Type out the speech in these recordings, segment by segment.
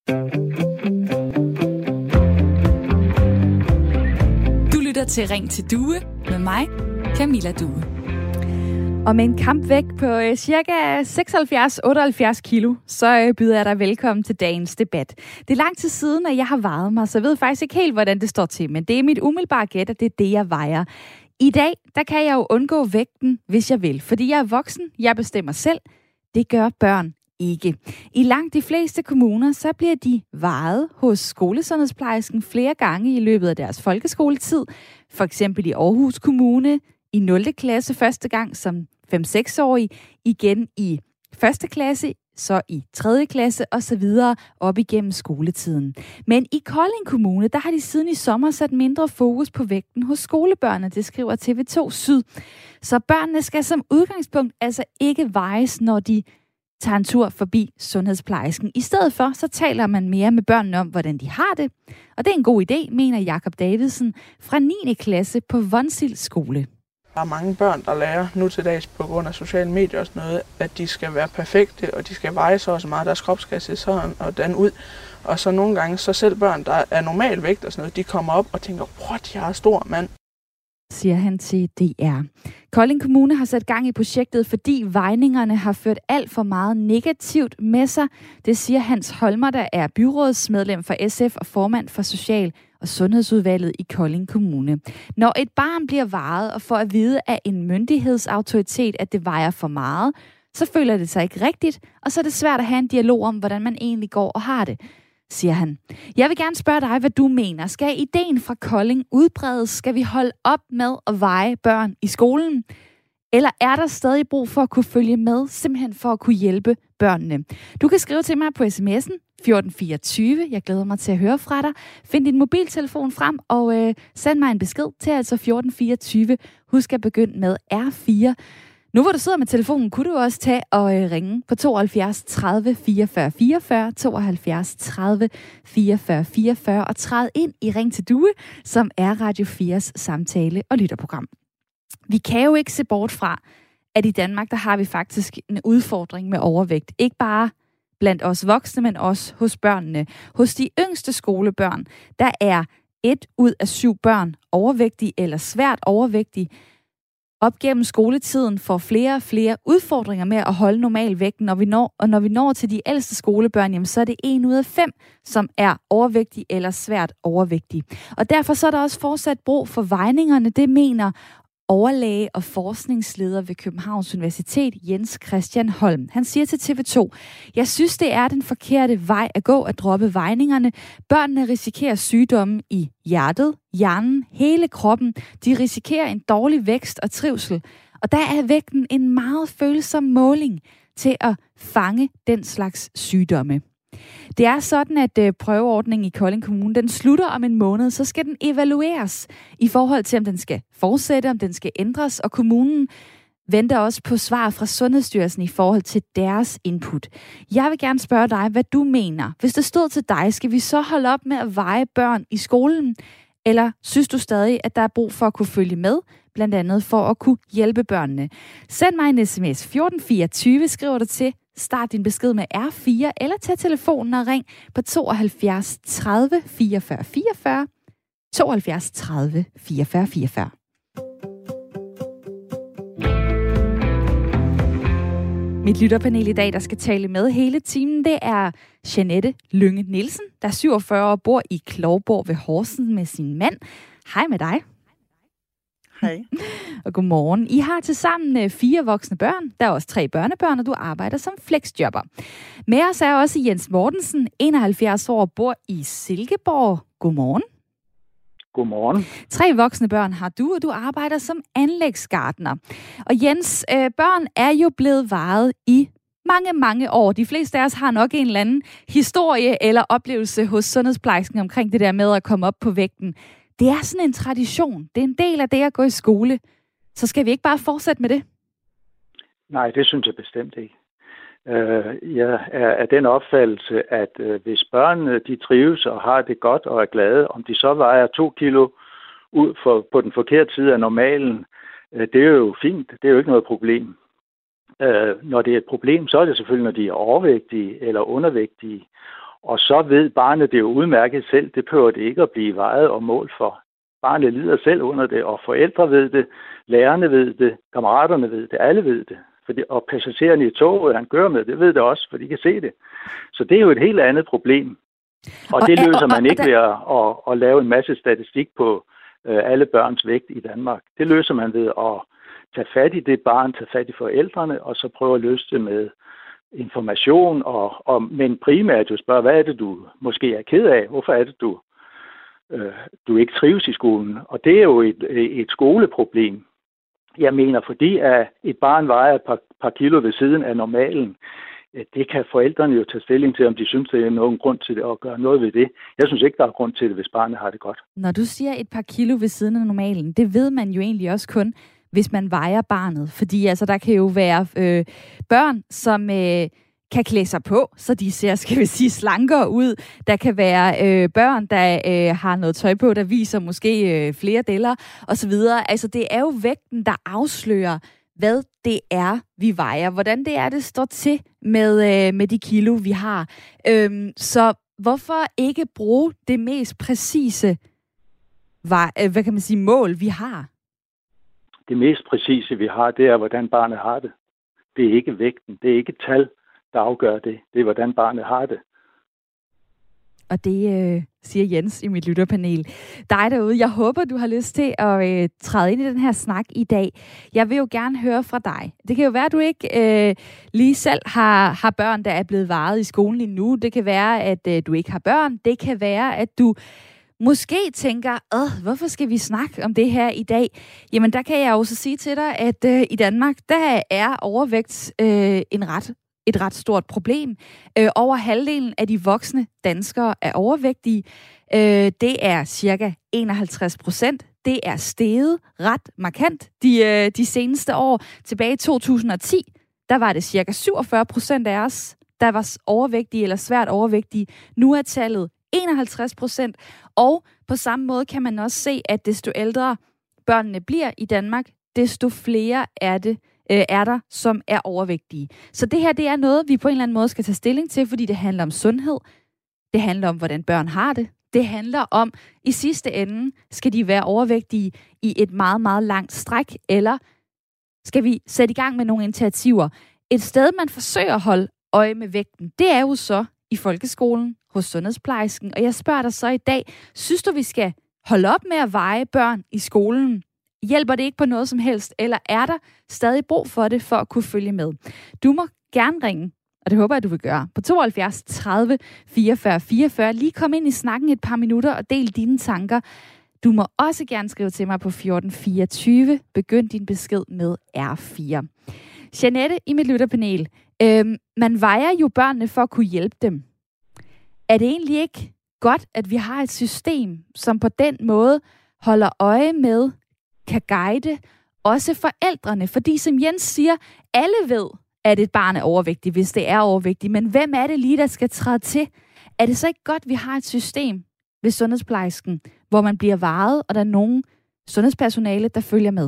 Du lytter til Ring til Due med mig, Camilla Due. Og med en kampvægt på cirka 76-78 kilo, så byder jeg dig velkommen til dagens debat. Det er lang tid siden, at jeg har vejet mig, så jeg ved faktisk ikke helt, hvordan det står til. Men det er mit umiddelbare gæt, at det er det, jeg vejer. I dag, der kan jeg jo undgå vægten, hvis jeg vil. Fordi jeg er voksen, jeg bestemmer selv. Det gør børn ikke. I langt de fleste kommuner, så bliver de vejet hos skolesundhedsplejersken flere gange i løbet af deres folkeskoletid. For eksempel i Aarhus Kommune, i 0. klasse første gang som 5-6-årig, igen i 1. klasse, så i 3. klasse og så videre op igennem skoletiden. Men i Kolding Kommune, der har de siden i sommer sat mindre fokus på vægten hos skolebørnene, det skriver TV2 Syd. Så børnene skal som udgangspunkt altså ikke vejes, når de tager en tur forbi sundhedsplejersken. I stedet for, så taler man mere med børnene om, hvordan de har det. Og det er en god idé, mener Jakob Davidsen fra 9. klasse på Vonsild skole. Der er mange børn, der lærer nu til dags på grund af sociale medier og sådan noget, at de skal være perfekte, og de skal veje så meget, deres krop skal se sådan og den ud. Og så nogle gange, så selv børn, der er normal vægt og sådan noget, de kommer op og tænker, what, jeg er stor mand. Siger han til DR. Kolding Kommune har sat gang i projektet, fordi vejningerne har ført alt for meget negativt med sig. Det siger Hans Holmer, der er byrådsmedlem for SF og formand for Social- og Sundhedsudvalget i Kolding Kommune. Når et barn bliver vejet og får at vide af en myndighedsautoritet, at det vejer for meget, så føler det sig ikke rigtigt, og så er det svært at have en dialog om, hvordan man egentlig går og har det, siger han. Jeg vil gerne spørge dig, hvad du mener. Skal ideen fra Kolding udbredes? Skal vi holde op med at veje børn i skolen? Eller er der stadig brug for at kunne følge med, simpelthen for at kunne hjælpe børnene? Du kan skrive til mig på sms'en 1424. Jeg glæder mig til at høre fra dig. Find din mobiltelefon frem og send mig en besked til altså 1424. Husk at begynde med R4. Nu hvor du sidder med telefonen, kunne du også tage og ringe på 72 30 44 44, 72 30 44 44 og træde ind i Ring til Due, som er Radio 4's samtale- og lytterprogram. Vi kan jo ikke se bort fra, at i Danmark, der har vi faktisk en udfordring med overvægt. Ikke bare blandt os voksne, men også hos børnene. Hos de yngste skolebørn, der er 1 ud af 7 børn overvægtige eller svært overvægtige. Op gennem skoletiden får flere og flere udfordringer med at holde normalvægten, når vi når til de ældste skolebørn, jamen, så er det 1 ud af 5, som er overvægtige eller svært overvægtige. Og derfor så er der også fortsat brug for vejningerne, det mener overlæge og forskningsleder ved Københavns Universitet, Jens Christian Holm. Han siger til TV2, jeg synes, det er den forkerte vej at gå at droppe vejningerne. Børnene risikerer sygdomme i hjertet, hjernen, hele kroppen. De risikerer en dårlig vækst og trivsel. Og der er vægten en meget følsom måling til at fange den slags sygdomme. Det er sådan, at prøveordningen i Kolding Kommune, den slutter om en måned, så skal den evalueres i forhold til, om den skal fortsætte, om den skal ændres, og kommunen venter også på svar fra Sundhedsstyrelsen i forhold til deres input. Jeg vil gerne spørge dig, hvad du mener. Hvis det stod til dig, skal vi så holde op med at veje børn i skolen? Eller synes du stadig, at der er brug for at kunne følge med, blandt andet for at kunne hjælpe børnene? Send mig en sms 1424, skriver du til. Start din besked med R4, eller tag telefonen og ring på 72 30 44 44, 72 30 44 44. Mit lytterpanel i dag, der skal tale med hele timen, det er Jeanette Lynge Nielsen, der er 47 år og bor i Klovborg ved Horsens med sin mand. Hej med dig. Hej. Og godmorgen. I har tilsammen 4 voksne børn. Der er også 3 børnebørn, og du arbejder som flexjobber. Med os er også Jens Mortensen, 71 år, bor i Silkeborg. Godmorgen. Godmorgen. 3 voksne børn har du, og du arbejder som anlægsgartner. Og Jens, børn er jo blevet vejet i mange år. De fleste af os har nok en eller anden historie eller oplevelse hos sundhedsplejersken omkring det der med at komme op på vægten. Det er sådan en tradition. Det er en del af det at gå i skole. Så skal vi ikke bare fortsætte med det? Nej, det synes jeg bestemt ikke. Jeg er af den opfattelse, at hvis børnene de trives og har det godt og er glade, om de så vejer 2 kilo ud på den forkerte side af normalen, det er jo fint. Det er jo ikke noget problem. Når det er et problem, så er det selvfølgelig, når de er overvægtige eller undervægtige. Og så ved barnet det jo udmærket selv, det behøver det ikke at blive vejet og målt for. Barnet lider selv under det, og forældre ved det, lærerne ved det, kammeraterne ved det, alle ved det. Og passagererne i toget, han kører med, det ved det også, for de kan se det. Så det er jo et helt andet problem. Og det løser man ikke ved at lave en masse statistik på alle børns vægt i Danmark. Det løser man ved at tage fat i det barn, tage fat i forældrene, og så prøve at løse det med information, men primært jo spørge, hvad er det, du måske er ked af? Hvorfor er det, du ikke trives i skolen? Og det er jo et skoleproblem. Jeg mener, fordi at et barn vejer et par kilo ved siden af normalen, det kan forældrene jo tage stilling til, om de synes, der er nogen grund til det, at gøre noget ved det. Jeg synes ikke, der er grund til det, hvis barnet har det godt. Når du siger et par kilo ved siden af normalen, det ved man jo egentlig også kun, hvis man vejer barnet. Fordi altså, der kan jo være børn, som kan klæde sig på, så de ser, skal vi sige, slankere ud. Der kan være børn, der har noget tøj på, der viser måske flere deller osv. Altså, det er jo vægten, der afslører, hvad det er, vi vejer. Hvordan det er, det står til med de kilo, vi har. Så hvorfor ikke bruge det mest præcise mål, vi har? Det mest præcise, vi har, det er, hvordan barnet har det. Det er ikke vægten. Det er ikke tal, der afgør det. Det er, hvordan barnet har det. Og det siger Jens i mit lytterpanel. Dig derude, jeg håber, du har lyst til at træde ind i den her snak i dag. Jeg vil jo gerne høre fra dig. Det kan jo være, at du ikke lige selv har børn, der er blevet vejet i skolen endnu. Det kan være, at du ikke har børn. Det kan være, at du måske tænker, hvorfor skal vi snakke om det her i dag? Jamen, der kan jeg også sige til dig, at i Danmark, der er overvægt et ret stort problem. Over halvdelen af de voksne danskere er overvægtige. Det er cirka 51%. Det er steget ret markant de seneste år. Tilbage i 2010, der var det cirka 47% af os, der var overvægtige eller svært overvægtige. Nu er tallet 51%. Og på samme måde kan man også se, at desto ældre børnene bliver i Danmark, desto flere er der, som er overvægtige. Så det her, det er noget, vi på en eller anden måde skal tage stilling til, fordi det handler om sundhed. Det handler om, hvordan børn har det. Det handler om, i sidste ende, skal de være overvægtige i et meget, meget langt stræk, eller skal vi sætte i gang med nogle initiativer? Et sted, man forsøger at holde øje med vægten, det er jo så i folkeskolen, hos sundhedsplejersken. Og jeg spørger dig så i dag, synes du, vi skal holde op med at veje børn i skolen? Hjælper det ikke på noget som helst, eller er der stadig brug for det, for at kunne følge med? Du må gerne ringe, og det håber jeg, du vil gøre, på 72 30 44 44. Lige kom ind i snakken et par minutter og del dine tanker. Du må også gerne skrive til mig på 1424. Begynd din besked med R4. Jeanette i mit lytterpanel. Man vejer jo børnene for at kunne hjælpe dem. Er det egentlig ikke godt, at vi har et system, som på den måde holder øje med, kan guide også forældrene? Fordi som Jens siger, alle ved, at et barn er overvægtig, hvis det er overvægtigt. Men hvem er det lige, der skal træde til? Er det så ikke godt, at vi har et system ved sundhedsplejersken, hvor man bliver vejet, og der er nogen sundhedspersonale, der følger med?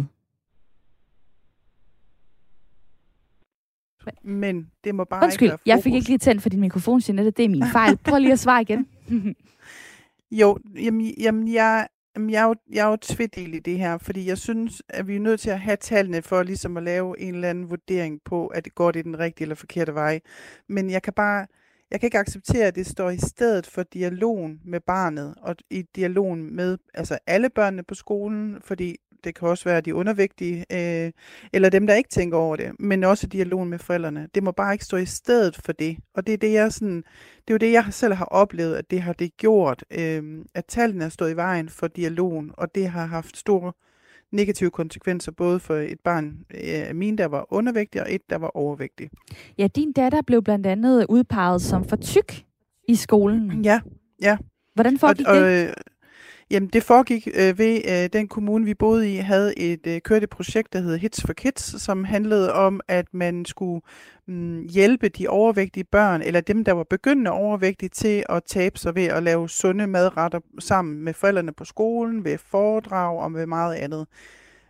Men det må bare Undskyld, ikke være fokus. Jeg fik ikke lige tændt for din mikrofon, Jeanette. Det er min fejl. Prøv lige at svare igen. Jo, jamen jeg er jo tvedel i det her, fordi jeg synes, at vi er nødt til at have tallene for ligesom at lave en eller anden vurdering på, at det går det den rigtige eller forkerte vej. Men jeg kan ikke acceptere, at det står i stedet for dialogen med barnet, og i dialogen med altså alle børnene på skolen, fordi det kan også være de undervægtige, eller dem, der ikke tænker over det, men også dialogen med forældrene. Det må bare ikke stå i stedet for det. Og det er det, det er jo det, jeg selv har oplevet, at det har det gjort, at tallene er stået i vejen for dialogen, og det har haft store negative konsekvenser, både for et barn af mine, der var undervægtig, og et, der var overvægtig. Ja, din datter blev blandt andet udpeget som for tyk i skolen. Ja. Hvordan foregik det? Jamen, det foregik ved den kommune, vi boede i, havde kørt et projekt, der hed Hits for Kids, som handlede om, at man skulle hjælpe de overvægtige børn, eller dem, der var begyndende overvægtige, til at tabe sig ved at lave sunde madretter sammen med forældrene på skolen, ved foredrag og med meget andet.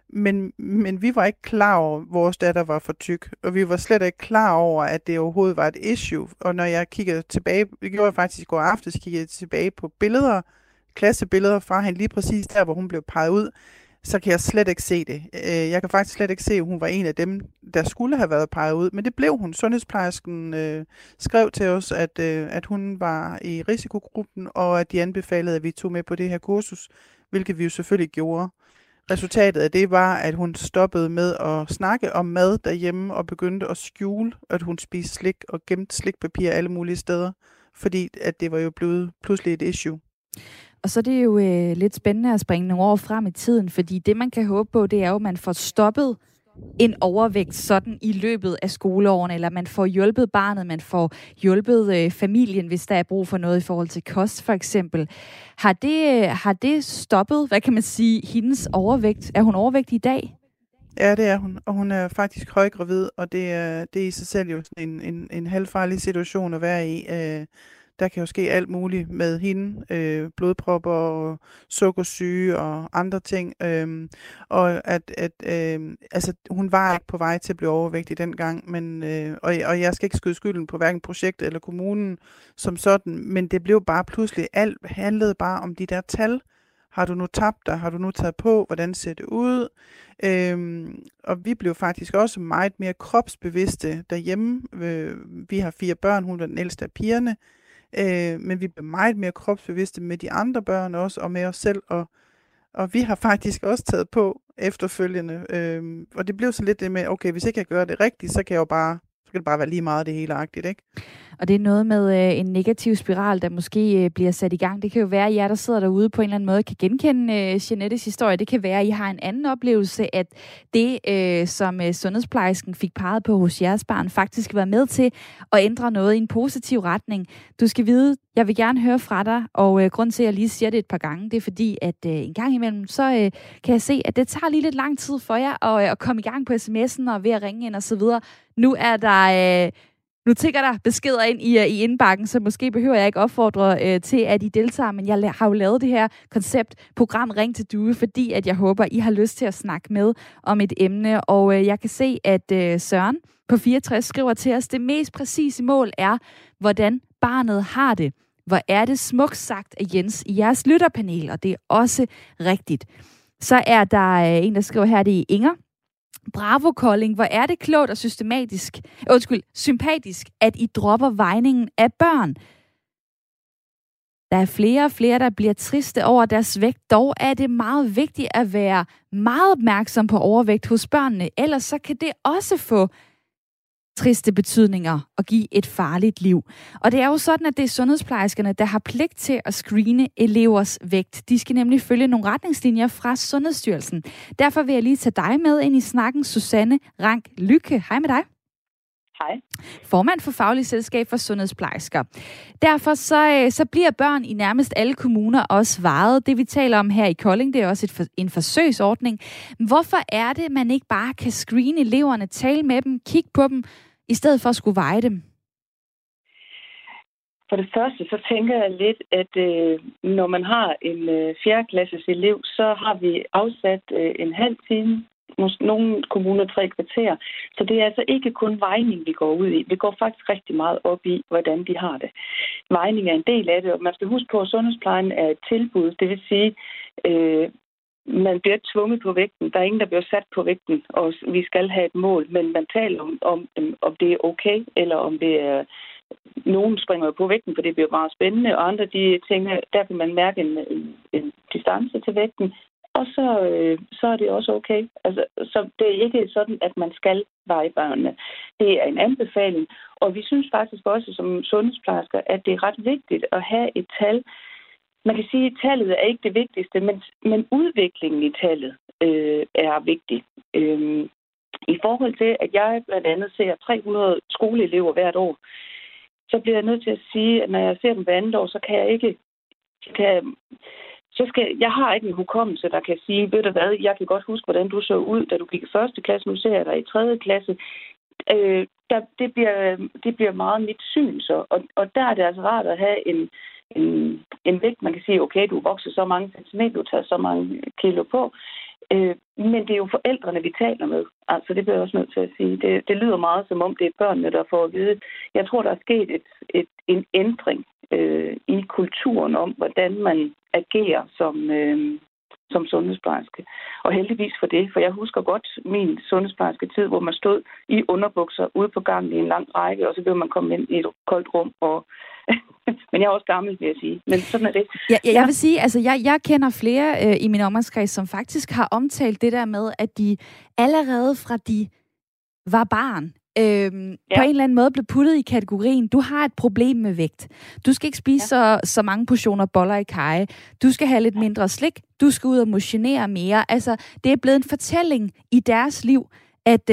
Men vi var ikke klar over, at vores datter var for tyk, og vi var slet ikke klar over, at det overhovedet var et issue. Og når jeg kiggede tilbage, det gjorde jeg faktisk i går aftes, kiggede tilbage på billeder, klassebilleder fra hende lige præcis der, hvor hun blev peget ud, så kan jeg slet ikke se det. Jeg kan faktisk slet ikke se, at hun var en af dem, der skulle have været peget ud, men det blev hun. Sundhedsplejersken skrev til os, at hun var i risikogruppen, og at de anbefalede, at vi tog med på det her kursus, hvilket vi jo selvfølgelig gjorde. Resultatet af det var, at hun stoppede med at snakke om mad derhjemme og begyndte at skjule, at hun spiste slik og gemte slikpapir alle mulige steder, fordi at det var jo blevet pludselig et issue. Og så er det jo lidt spændende at springe nogle år frem i tiden, fordi det, man kan håbe på, det er jo, at man får stoppet en overvægt sådan i løbet af skoleårene, eller man får hjulpet barnet, man får hjulpet familien, hvis der er brug for noget i forhold til kost, for eksempel. Har det stoppet, hvad kan man sige, hendes overvægt? Er hun overvægtig i dag? Ja, det er hun, og hun er faktisk højgravid, og det er i sig selv jo en halvfarlig situation at være i. Der kan jo ske alt muligt med hende, blodpropper og sukkersyge og andre ting. Og altså, hun var ikke på vej til at blive overvægtig dengang, men, og jeg skal ikke skyde skylden på hverken projektet eller kommunen som sådan, men det blev bare pludselig, alt handlede bare om de der tal. Har du nu tabt dig? Har du nu taget på? Hvordan ser det ud? Og vi blev faktisk også meget mere kropsbevidste derhjemme. Vi har 4 børn, hun var den ældste af pigerne. Men vi blev meget mere kropsbevidste med de andre børn også, og med os selv, og vi har faktisk også taget på efterfølgende, og det blev så lidt det med, okay, hvis ikke jeg gør det rigtigt, så kan det bare være lige meget det hele-agtigt, ikke? Og det er noget med en negativ spiral, der måske bliver sat i gang. Det kan jo være, at jer, der sidder derude på en eller anden måde, kan genkende Jeanettes historie. Det kan være, at I har en anden oplevelse, at det, som sundhedsplejersken fik peget på hos jeres barn, faktisk var med til at ændre noget i en positiv retning. Du skal vide, jeg vil gerne høre fra dig, og grund til, at jeg lige siger det et par gange, det er fordi, at en gang imellem, så kan jeg se, at det tager lige lidt lang tid for jer at komme i gang på sms'en og ved at ringe ind og så videre. Nu tikker der beskeder ind i indbakken, så måske behøver jeg ikke opfordre til, at I deltager, men jeg har jo lavet det her konceptprogram Ring til Due, fordi at jeg håber, I har lyst til at snakke med om et emne, og jeg kan se, at Søren på 64 skriver til os, det mest præcise mål er, hvordan barnet har det. Hvor er det smukt sagt af Jens i jeres lytterpanel, og det er også rigtigt. Så er der en, der skriver her, det er Inger. Bravo, Kolding. Hvor er det klogt og sympatisk, at I dropper vejningen af børn. Der er flere og flere, der bliver triste over deres vægt. Dog er det meget vigtigt at være meget opmærksom på overvægt hos børnene. Ellers så kan det også få triste betydninger og give et farligt liv. Og det er jo sådan, at det er sundhedsplejerskerne, der har pligt til at screene elevers vægt. De skal nemlig følge nogle retningslinjer fra Sundhedsstyrelsen. Derfor vil jeg lige tage dig med ind i snakken, Susanne Rank Lykke. Hej med dig. Hej. Formand for Fagligt Selskab for Sundhedsplejersker. Derfor så bliver børn i nærmest alle kommuner også vejet. Det vi taler om her i Kolding, det er også en forsøgsordning. Hvorfor er det, man ikke bare kan screene eleverne, tale med dem, kigge på dem, i stedet for at skulle veje dem? For det første, så tænker jeg lidt, at når man har en 4. klasses elev, så har vi afsat en halv time, nogle kommuner 3 kvarter. Så det er altså ikke kun vejning, vi går ud i. Vi går faktisk rigtig meget op i, hvordan de har det. Vejning er en del af det, og man skal huske på, at sundhedsplejen er et tilbud. Det vil sige, man bliver tvunget på vægten. Der er ingen, der bliver sat på vægten, og vi skal have et mål. Men man taler om det er okay, eller om det er... Nogen springer på vægten, for det bliver meget spændende, og andre de tænker, der kan man mærke en distance til vægten. Og så er det også okay. Altså, så det er ikke sådan, at man skal veje børnene. Det er en anbefaling. Og vi synes faktisk også som sundhedsplejersker, at det er ret vigtigt at have et tal. Man kan sige, at tallet er ikke det vigtigste, men udviklingen i tallet er vigtig. I forhold til, at jeg blandt andet ser 300 skoleelever hvert år, så bliver jeg nødt til at sige, at når jeg ser dem hver andet år, så kan jeg ikke... Jeg har ikke en hukommelse, der kan sige, ved du hvad, jeg kan godt huske, hvordan du så ud, da du gik i 1. klasse, nu ser jeg dig i 3. klasse. Det bliver meget mit syn så, og der er det altså rart at have en vægt, man kan sige, okay, du vokser så mange centimeter, du tager så mange kilo på. Men det er jo forældrene, vi taler med. Altså, det bliver jeg også nødt til at sige. Det lyder meget, som om det er børnene, der får at vide. Jeg tror, der er sket en ændring i kulturen om, hvordan man agerer som sundhedsplejerske. Og heldigvis for det, for jeg husker godt min sundhedsplejerske tid, hvor man stod i underbukser ude på gangen i en lang række, og så ville man komme ind i et koldt rum. Men jeg er også gammel, vil jeg sige. Men sådan er det. Jeg vil sige, altså jeg kender flere i min omgangskreds, som faktisk har omtalt det der med, at de allerede fra de var barn, på en eller anden måde blev puttet i kategorien, du har et problem med vægt. Du skal ikke spise så mange portioner boller i kaj. Du skal have lidt mindre slik. Du skal ud og motionere mere. Altså, det er blevet en fortælling i deres liv, at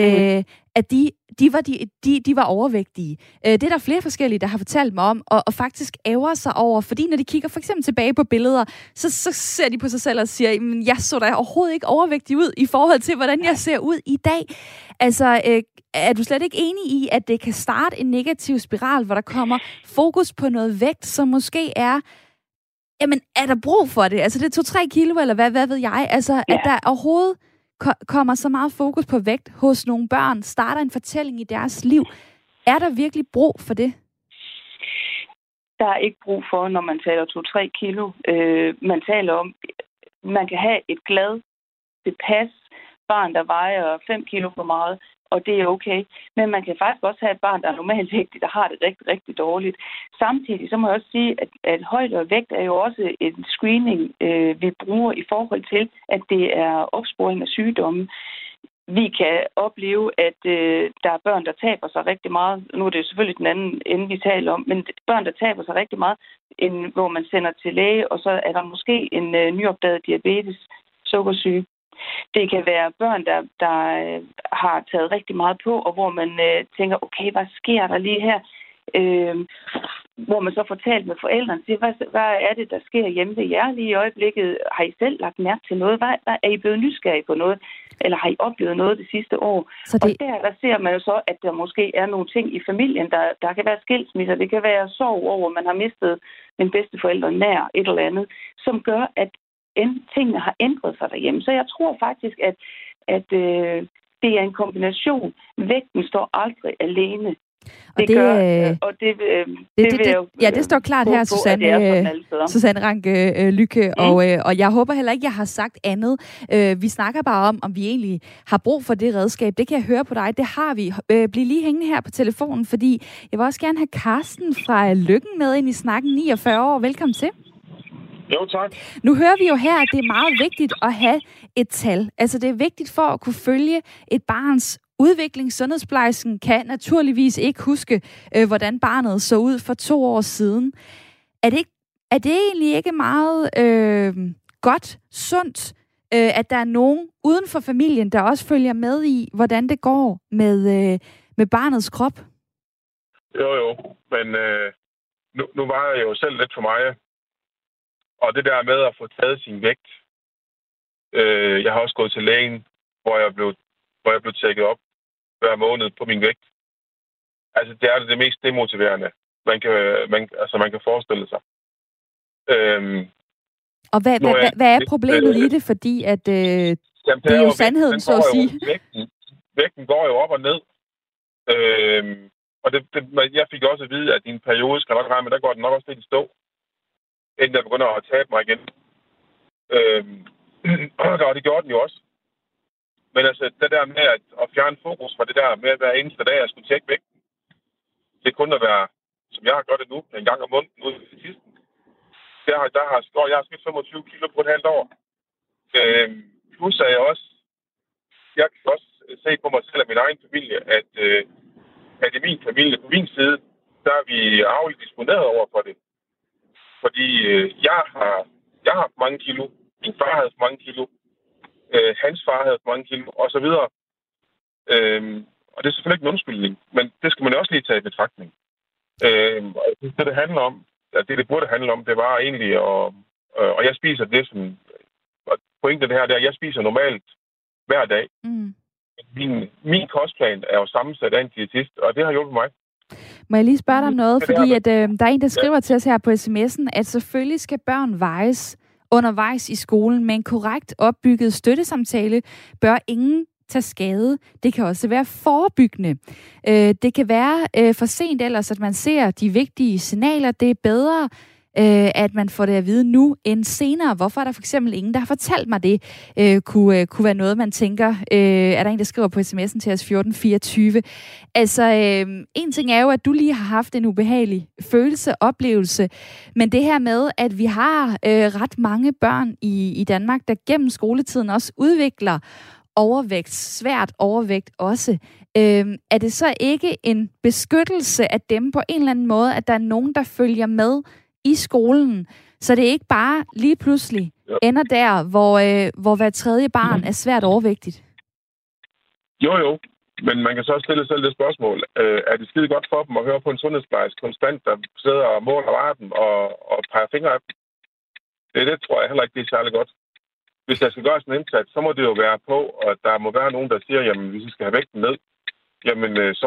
de var overvægtige. Det er der flere forskellige, der har fortalt mig om, og faktisk ærger sig over, fordi når de kigger for eksempel tilbage på billeder, så ser de på sig selv og siger, jeg så da overhovedet ikke overvægtig ud i forhold til, hvordan jeg ser ud i dag. Altså, er du slet ikke enig i, at det kan starte en negativ spiral, hvor der kommer fokus på noget vægt, som måske er, jamen, er der brug for det? Altså, det er 2-3 kilo, eller hvad ved jeg? Altså, at der overhovedet kommer så meget fokus på vægt hos nogle børn, starter en fortælling i deres liv. Er der virkelig brug for det? Der er ikke brug for, når man taler 2-3 kilo. Man taler om, man kan have et glad, tilpas barn, der vejer 5 kilo for meget, og det er okay. Men man kan faktisk også have et barn, der er normalvægtig, der har det rigtig, rigtig dårligt. Samtidig så må jeg også sige, at højde og vægt er jo også en screening, vi bruger i forhold til, at det er opsporing af sygdomme. Vi kan opleve, at der er børn, der taber sig rigtig meget. Nu er det selvfølgelig den anden ende, vi taler om, men børn, der taber sig rigtig meget, hvor man sender til læge, og så er der måske en nyopdaget diabetes, sukkersyge. Det kan være børn, der har taget rigtig meget på, og hvor man tænker, okay, hvad sker der lige her? Hvor man så får talt med forældrene, siger, hvad er det, der sker hjemme ved jer lige i øjeblikket? Har I selv lagt mærke til noget? Er I blevet nysgerrige på noget? Eller har I oplevet noget det sidste år? Og der ser man jo så, at der måske er nogle ting i familien, der kan være skilsmisser, det kan være sorg over, man har mistet en bedsteforælder nær et eller andet, som gør, at tingene har ændret sig derhjemme. Så jeg tror faktisk, at det er en kombination. Vægten står aldrig alene. Det står klart her, Susanne Ranke Lykke, og jeg håber heller ikke, jeg har sagt andet. Vi snakker bare om vi egentlig har brug for det redskab. Det kan jeg høre på dig, det har vi. Bliv lige hængende her på telefonen, fordi jeg vil også gerne have Karsten fra Lykken med ind i snakken, 49 år. Velkommen til. Jo, tak. Nu hører vi jo her, at det er meget vigtigt at have et tal. Altså, det er vigtigt for at kunne følge et barns udvikling. Sundhedsplejersken kan naturligvis ikke huske, hvordan barnet så ud for 2 år siden. Er det egentlig ikke meget godt, sundt, at der er nogen uden for familien, der også følger med i, hvordan det går med barnets krop? Jo. Men nu var jeg jo selv lidt for mig. Og det der med at få taget sin vægt. Jeg har også gået til lægen, hvor jeg blev tjekket op hver måned på min vægt. Altså, det er det mest demotiverende, man kan forestille sig. Og hvad er problemet i det? Fordi at det er jo sandheden, så at sige. Vægten går jo op og ned. Og jeg fik også at vide, at i en periode skal nok regne med, der går den nok også lidt i stå, inden jeg begynder at tabe mig igen. Og det gjorde den jo også. Men altså, det der med at fjerne fokus fra det der med at hver eneste dag, jeg skulle tjekke vægten, det kunne da være, som jeg har gjort det nu, en gang om måneden ude i sidsten. Jeg har smidt 25 kilo på et halvt år. Plus er jeg kan også se på mig selv og min egen familie, at i min familie, på min side, der er vi arveligt disponeret over for det. Fordi jeg har haft mange kilo, min far havde mange kilo, hans far havde mange kilo, og så videre. Og det er selvfølgelig ikke en undskyldning, men det skal man også lige tage i betragtning. Det handler om, at det burde handle om, det var egentlig, og jeg spiser det som, pointen det her, det er, at jeg spiser normalt hver dag. Mm. Min kostplan er jo sammensat af en diætist, og det har hjulpet mig. Må jeg lige spørge dig om noget? Fordi at, der er en, der skriver til os her på sms'en, at selvfølgelig skal børn vejes undervejs i skolen. Med en korrekt opbygget støttesamtale bør ingen tage skade. Det kan også være forebyggende. Det kan være for sent ellers, at man ser de vigtige signaler. Det er bedre, at man får det at vide nu end senere. Hvorfor er der for eksempel ingen, der har fortalt mig det? Kunne være noget, man tænker. Er der en, der skriver på sms'en til os 1424? Altså, en ting er jo, at du lige har haft en ubehagelig oplevelse, men det her med, at vi har ret mange børn i Danmark, der gennem skoletiden også udvikler overvægt, svært overvægt også. Er det så ikke en beskyttelse af dem på en eller anden måde, at der er nogen, der følger med i skolen, så det ikke bare lige pludselig ender der, hvor hver tredje barn er svært overvægtigt? Jo. Men man kan så også stille selv det spørgsmål. Er det skide godt for dem at høre på en sundhedsplejerske konstant, der sidder og måler og vejer dem og peger fingre af dem? Det tror jeg heller ikke, det er særlig godt. Hvis der skal gøres en indsats, så må det jo være på, at der må være nogen, der siger, jamen hvis vi skal have vægten ned, jamen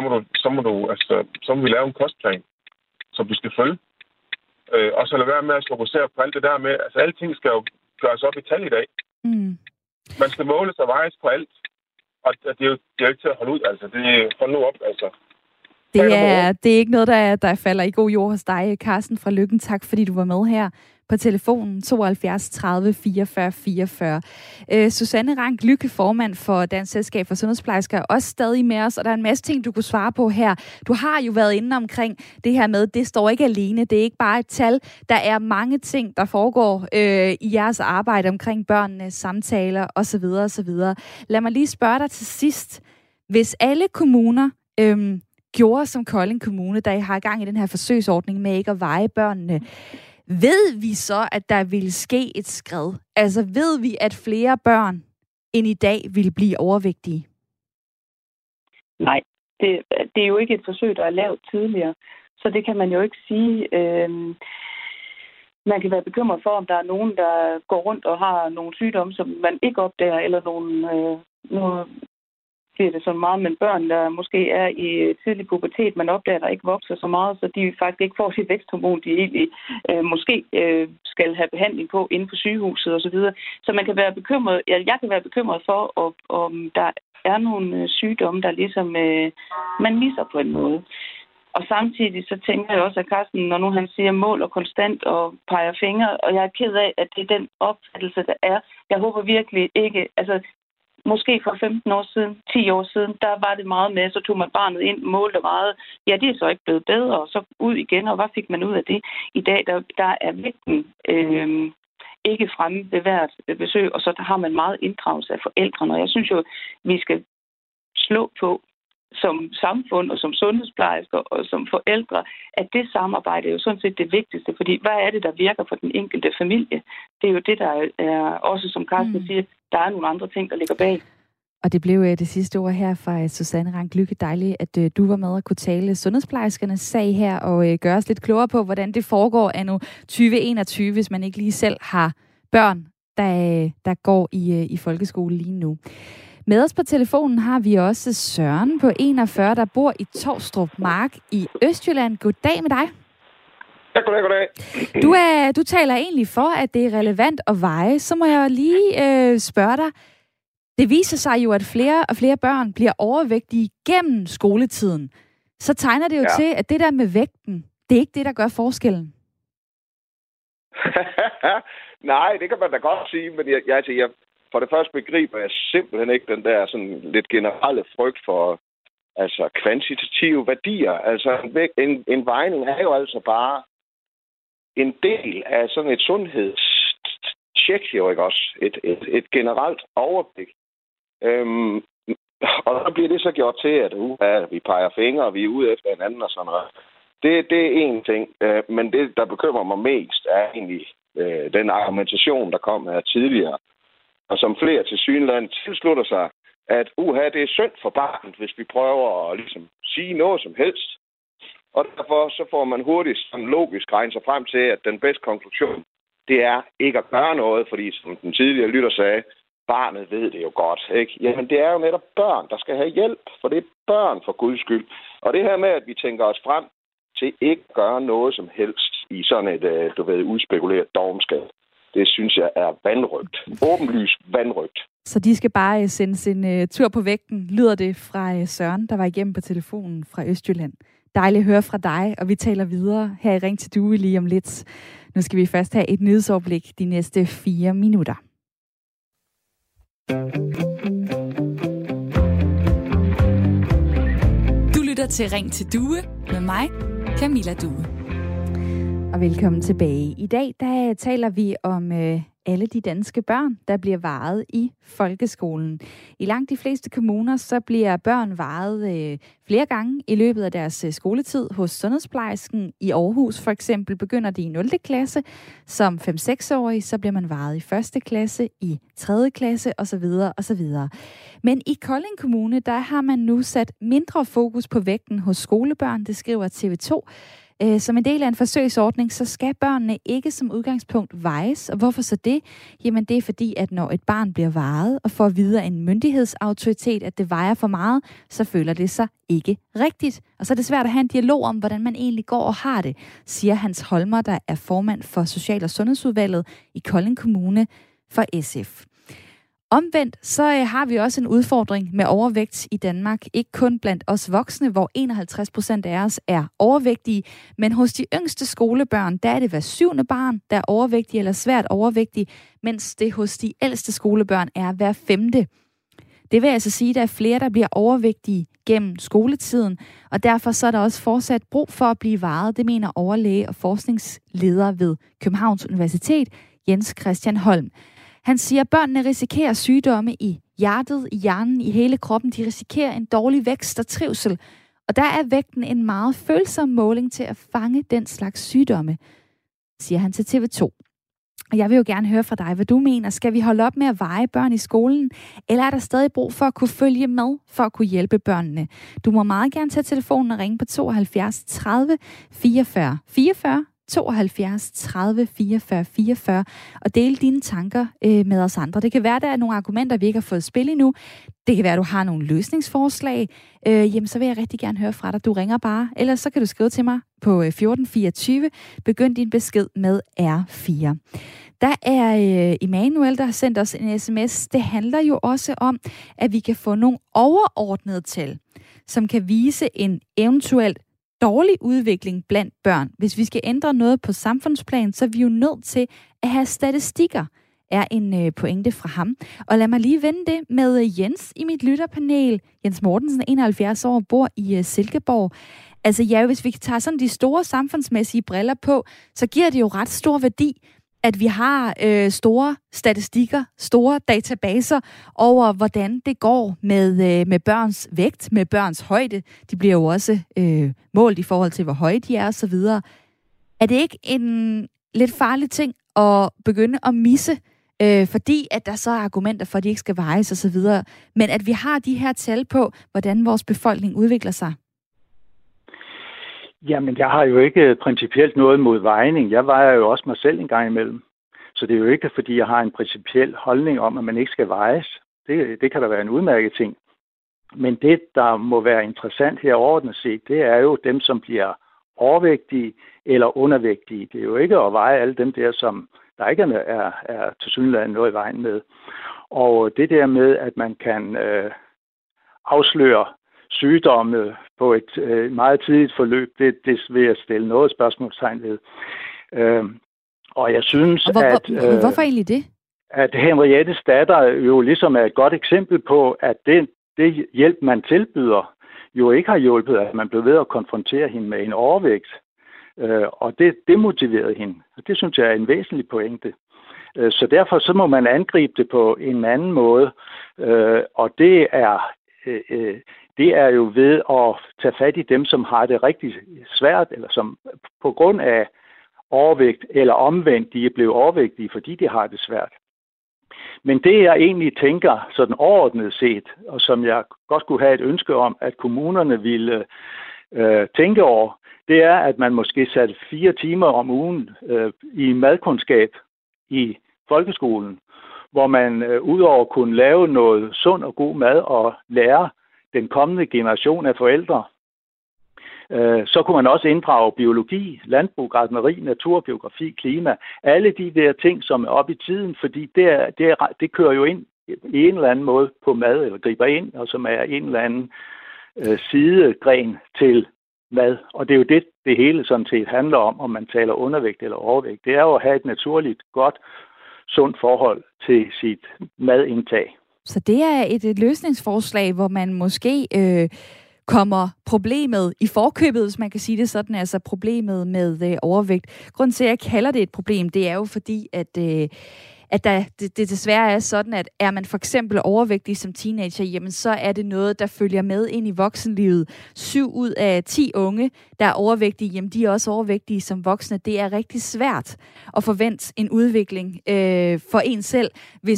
så må vi lave en kostplan, som vi skal følge. Og så lade være med at fokusere på alt det der med, altså alting skal jo gøres op i tal i dag. Man skal måles og vejes på alt. Og det er jo ikke til at holde ud, altså. Det er hold nu op, altså. Det er ikke noget, der falder i god jord hos dig, Carsten fra Løkken. Tak, fordi du var med her på telefonen 72 30 44 44. Susanne Rank Lykke, formand for Dansk Selskab for Sundhedsplejersker, er også stadig med os, og der er en masse ting, du kunne svare på her. Du har jo været inde omkring det her med, det står ikke alene, det er ikke bare et tal. Der er mange ting, der foregår i jeres arbejde omkring børnene, samtaler osv. osv. Lad mig lige spørge dig til sidst. Hvis alle kommuner gjorde som Kolding Kommune, der har gang i den her forsøgsordning med ikke at veje børnene, ved vi så, at der ville ske et skred? Altså ved vi, at flere børn end i dag ville blive overvægtige? Nej, det er jo ikke et forsøg, der er lavet tidligere. Så det kan man jo ikke sige. Man kan være bekymret for, om der er nogen, der går rundt og har nogle sygdomme, som man ikke opdager, eller nogle bliver det sådan meget, men børn, der måske er i tidlig pubertet, man opdager, der ikke vokser så meget, så de faktisk ikke får sit væksthormon, de egentlig måske skal have behandling på inden for sygehuset osv. Så man kan være bekymret, jeg kan være bekymret for, om der er nogle sygdomme, der ligesom man misser på en måde. Og samtidig så tænker jeg også, at Carsten, når nu han siger mål og konstant og peger fingre, og jeg er ked af, at det er den opfattelse, der er. Jeg håber virkelig ikke, altså måske for 15 år siden, 10 år siden, der var det meget med, så tog man barnet ind, målte meget. Ja, det er så ikke blevet bedre, og så ud igen, og hvad fik man ud af det? I dag, der er vægten ikke fremme ved hvert besøg, og så der har man meget inddragelse af forældrene. Og jeg synes jo, vi skal slå på som samfund og som sundhedsplejersker og som forældre, at det samarbejde er jo sådan set det vigtigste, fordi hvad er det, der virker for den enkelte familie? Det er jo det, der er også, som Carsten siger, der er nogle andre ting, der ligger bag. Og det blev det sidste ord her fra Susanne Rank Lykke. Dejligt, at du var med og kunne tale sundhedsplejerskernes sag her og gøre os lidt klogere på, hvordan det foregår anno 2021, hvis man ikke lige selv har børn, der går i folkeskole lige nu. Med os på telefonen har vi også Søren på 41, der bor i Tovstrup Mark i Østjylland. Goddag med dig. Ja, goddag. Du taler egentlig for, at det er relevant at veje. Så må jeg lige spørge dig. Det viser sig jo, at flere og flere børn bliver overvægtige gennem skoletiden. Så tegner det jo til, at det der med vægten, det er ikke det, der gør forskellen. Nej, det kan man da godt sige, men jeg for det første begriber jeg simpelthen ikke den der sådan lidt generelle frygt for altså kvantitative værdier. Altså en vejning er jo altså bare en del af sådan et sundhedstjek, jo ikke også? Et generelt overblik. Og så bliver det så gjort til, at vi peger fingre, og vi er ude efter hinanden og sådan noget. Det er én ting, men det, der bekymrer mig mest, er egentlig den argumentation, der kom her tidligere, og som flere til synland tilslutter sig, at det er synd for barnet, hvis vi prøver at ligesom sige noget som helst. Og derfor så får man hurtigt sådan logisk regnet sig frem til, at den bedste konklusion, det er ikke at gøre noget, fordi som den tidligere lytter sagde, barnet ved det jo godt, ikke? Jamen det er jo netop børn, der skal have hjælp, for det er børn for Guds skyld. Og det her med, at vi tænker os frem til ikke at gøre noget som helst i sådan et, udspekuleret dovenskab, Det synes jeg er vanrøgt. Åbenlyst vanrøgt. Så de skal bare sendes en tur på vægten, lyder det fra Søren, der var igennem på telefonen fra Østjylland. Dejligt at høre fra dig, og vi taler videre her i Ring til Due lige om lidt. Nu skal vi først have et nyhedsoverblik de næste 4 minutter. Du lytter til Ring til Due med mig, Camilla Due. Og velkommen tilbage. I dag der taler vi om alle de danske børn, der bliver varet i folkeskolen. I langt de fleste kommuner, så bliver børn varet flere gange i løbet af deres skoletid. Hos sundhedsplejersken i Aarhus for eksempel begynder de i 0. klasse. Som 5-6-årige, så bliver man varet i 1. klasse, i 3. klasse osv. osv. Men i Kolding Kommune, der har man nu sat mindre fokus på vægten hos skolebørn, det skriver TV2. Som en del af en forsøgsordning, så skal børnene ikke som udgangspunkt vejes. Og hvorfor så det? Jamen det er fordi, at når et barn bliver vejet og får videre en myndighedsautoritet, at det vejer for meget, så føler det sig ikke rigtigt. Og så er det svært at have en dialog om, hvordan man egentlig går og har det, siger Hans Holmer, der er formand for Social- og Sundhedsudvalget i Kolding Kommune for SF. Omvendt så har vi også en udfordring med overvægt i Danmark. Ikke kun blandt os voksne, hvor 51% af os er overvægtige, men hos de yngste skolebørn, der er det hver 7. barn, der er overvægtig eller svært overvægtig, mens det hos de ældste skolebørn er hver 5. Det vil altså sige, at der er flere, der bliver overvægtige gennem skoletiden, og derfor så er der også fortsat brug for at blive vejet. Det mener overlæge og forskningsleder ved Københavns Universitet, Jens Christian Holm. Han siger, at børnene risikerer sygdomme i hjertet, i hjernen, i hele kroppen. De risikerer en dårlig vækst og trivsel. Og der er vægten en meget følsom måling til at fange den slags sygdomme, siger han til TV2. Og jeg vil jo gerne høre fra dig, hvad du mener. Skal vi holde op med at veje børn i skolen? Eller er der stadig brug for at kunne følge med, for at kunne hjælpe børnene? Du må meget gerne tage telefonen og ringe på 72 30 44 44. 72 30 44 44 og dele dine tanker med os andre. Det kan være, der er nogle argumenter, vi ikke har fået spil endnu. Det kan være, du har nogle løsningsforslag. Jamen, så vil jeg rigtig gerne høre fra dig. Du ringer bare, ellers så kan du skrive til mig på 1424. Begynd din besked med R4. Der er Emanuel, der har sendt os en sms. Det handler jo også om, at vi kan få nogle overordnede tal, som kan vise en eventuelt dårlig udvikling blandt børn. Hvis vi skal ændre noget på samfundsplan, så er vi jo nødt til at have statistikker, er en pointe fra ham. Og lad mig lige vende det med Jens i mit lytterpanel. Jens Mortensen, 71 år, bor i Silkeborg. Altså ja, hvis vi tager sådan de store samfundsmæssige briller på, så giver det jo ret stor værdi, at vi har store statistikker, store databaser over, hvordan det går med børns vægt, med børns højde. De bliver jo også målt i forhold til, hvor høje de er osv. Er det ikke en lidt farlig ting at begynde at misse, fordi at der så er argumenter for, at de ikke skal vejes osv., men at vi har de her tal på, hvordan vores befolkning udvikler sig? Jamen, jeg har jo ikke principielt noget mod vejning. Jeg vejer jo også mig selv en gang imellem. Så det er jo ikke, fordi jeg har en principiel holdning om, at man ikke skal vejes. Det kan da være en udmærket ting. Men det, der må være interessant her overordnet set, det er jo dem, som bliver overvægtige eller undervægtige. Det er jo ikke at veje alle dem der, som der ikke er tilsyneladende noget i vejen med. Og det der med, at man kan afsløre sygdomme på et meget tidligt forløb, det vil jeg stille noget spørgsmålstegn ved. Og jeg synes, hvorfor egentlig det? At Henriettes datter jo ligesom er et godt eksempel på, at det hjælp, man tilbyder, jo ikke har hjulpet, at man blev ved at konfrontere hende med en overvægt. Og det motiverede hende. Og det synes jeg er en væsentlig pointe. Så derfor så må man angribe det på en anden måde. Og det er jo ved at tage fat i dem, som har det rigtig svært, eller som på grund af overvægt, eller omvendt, de er blevet overvægtige, fordi de har det svært. Men det, jeg egentlig tænker sådan overordnet set, og som jeg godt kunne have et ønske om, at kommunerne ville tænke over, det er, at man måske satte 4 timer om ugen i madkundskab i folkeskolen, hvor man udover kunne lave noget sund og god mad og lære den kommende generation af forældre, Så kunne man også inddrage biologi, landbrug, gartneri, natur, geografi, klima. Alle de der ting, som er oppe i tiden, fordi det kører jo ind i en eller anden måde på mad, eller griber ind, og som er en eller anden sidegren til mad. Og det er jo det hele sådan set handler om man taler undervægt eller overvægt. Det er jo at have et naturligt, godt, sundt forhold til sit madindtag. Så det er et løsningsforslag, hvor man måske kommer problemet i forkøbet, hvis man kan sige det sådan, altså problemet med overvægt. Grunden til, at jeg kalder det et problem, det er jo fordi, at det desværre er sådan, at er man for eksempel overvægtig som teenager, jamen så er det noget, der følger med ind i voksenlivet. 7 ud af 10 unge, der er overvægtige, jamen de er også overvægtige som voksne. Det er rigtig svært at forvente en udvikling for en selv,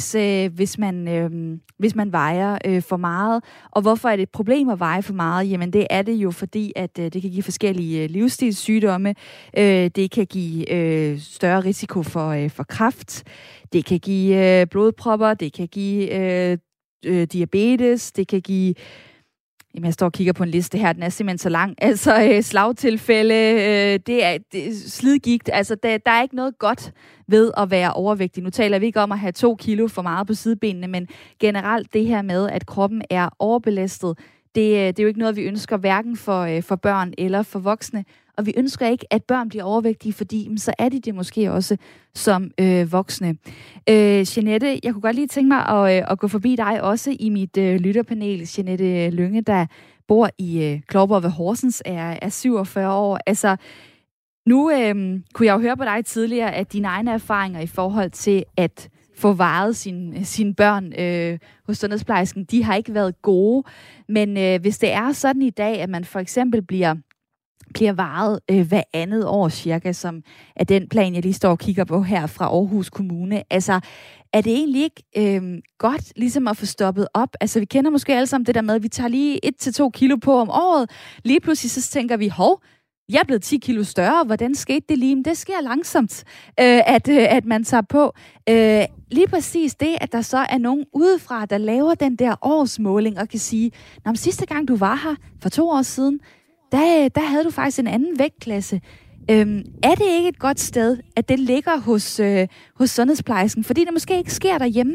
hvis man vejer for meget. Og hvorfor er det et problem at veje for meget? Jamen det er det jo, fordi at det kan give forskellige livsstilssygdomme. Det kan give større risiko for kræft. Det kan give blodpropper, det kan give diabetes, det kan give... Jamen, jeg står og kigger på en liste her, den er simpelthen så lang. Altså slagtilfælde, det er slidgigt. Altså, der er ikke noget godt ved at være overvægtig. Nu taler vi ikke om at have 2 kilo for meget på sidebenene, men generelt det her med, at kroppen er overbelastet, det er jo ikke noget, vi ønsker hverken for børn eller for voksne. Og vi ønsker ikke, at børn bliver overvægtige, fordi så er de det måske også som voksne. Jeanette, jeg kunne godt lige tænke mig at gå forbi dig også i mit lytterpanel. Jeanette Lynge, der bor i Klovborg ved Horsens, er 47 år. Altså, nu kunne jeg jo høre på dig tidligere, at dine egne erfaringer i forhold til at få vejet sine børn hos sundhedsplejersken, de har ikke været gode. Men hvis det er sådan i dag, at man for eksempel bliver vejet hver andet år cirka, som er den plan, jeg lige står og kigger på her fra Aarhus Kommune. Altså, er det egentlig ikke godt ligesom at få stoppet op? Altså, vi kender måske alle sammen det der med, at vi tager lige 1-2 kilo på om året. Lige pludselig så tænker vi, jeg er blevet 10 kilo større. Hvordan skete det lige? Men det sker langsomt, at man tager på. Lige præcis det, at der så er nogen udefra, der laver den der årsmåling og kan sige, sidste gang du var her for 2 år siden, der havde du faktisk en anden vægtklasse. Er det ikke et godt sted, at det ligger hos sundhedsplejersken, fordi det måske ikke sker derhjemme?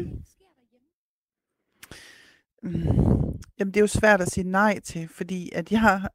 Jamen, det er jo svært at sige nej til, fordi at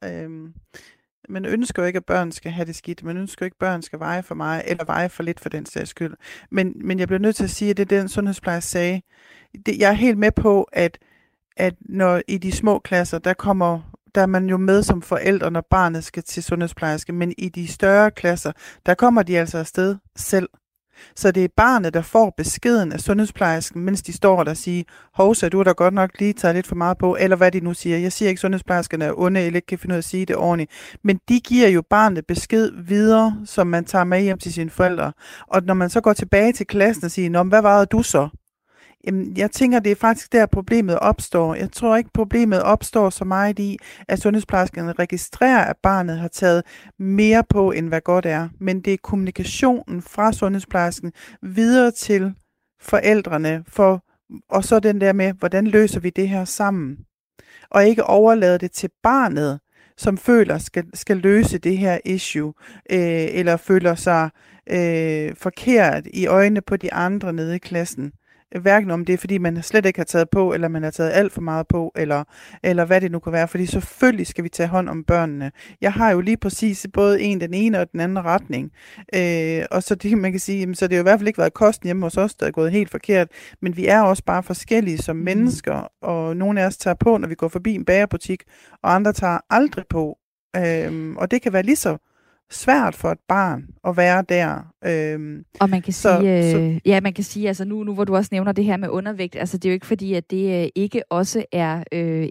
man ønsker jo ikke, at børn skal have det skidt. Man ønsker ikke, at børn skal veje for meget, eller veje for lidt for den sags skyld. Men jeg bliver nødt til at sige, at det den sundhedsplejerske sagde. Jeg er helt med på, at når i de små klasser, der er man jo med som forældre, når barnet skal til sundhedsplejerske, men i de større klasser, der kommer de altså afsted selv. Så det er barnet, der får beskeden af sundhedsplejersken, mens de står der og siger, hovsa, du har da godt nok lige taget lidt for meget på, eller hvad de nu siger. Jeg siger ikke, at sundhedsplejerskerne er onde, eller ikke kan finde ud af at sige det ordentligt. Men de giver jo barnet besked videre, som man tager med hjem til sine forældre. Og når man så går tilbage til klassen og siger, hvad vejede du så? Jamen, jeg tænker, det er faktisk der, problemet opstår. Jeg tror ikke, problemet opstår så meget i, at sundhedsplejerskerne registrerer, at barnet har taget mere på, end hvad godt er. Men det er kommunikationen fra sundhedsplejersken videre til forældrene, og så den der med, hvordan løser vi det her sammen? Og ikke overlade det til barnet, som føler, skal løse det her issue, eller føler sig forkert i øjnene på de andre nede i klassen. Hverken om det er, fordi man slet ikke har taget på, eller man har taget alt for meget på, eller hvad det nu kan være. Fordi selvfølgelig skal vi tage hånd om børnene. Jeg har jo lige præcis både den ene og den anden retning. Og så det, man kan sige, jamen, så det har jo i hvert fald ikke været kosten hjemme hos os, der er gået helt forkert. Men vi er også bare forskellige som mennesker, og nogle af os tager på, når vi går forbi en bagerbutik, og andre tager aldrig på. Og det kan være lige så svært for et barn at være der. Og man kan man kan sige, altså nu hvor du også nævner det her med undervægt, altså det er jo ikke fordi, at det ikke også er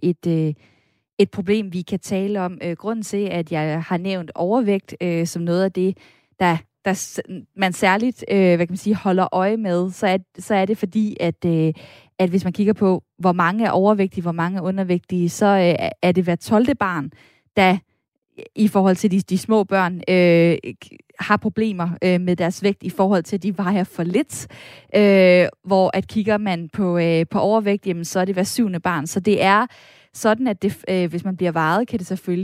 et problem, vi kan tale om. Grunden til, at jeg har nævnt overvægt som noget af det, der man særligt holder øje med, så er det fordi, at hvis man kigger på, hvor mange er overvægtige, hvor mange er undervægtige, så er det hver 12. barn, der i forhold til de små børn har problemer med deres vægt i forhold til, at de vejer for lidt. Hvor at kigger man på overvægt, jamen, så er det hver 7. barn. Så det er sådan, at hvis man bliver vejet, kan det selvfølgelig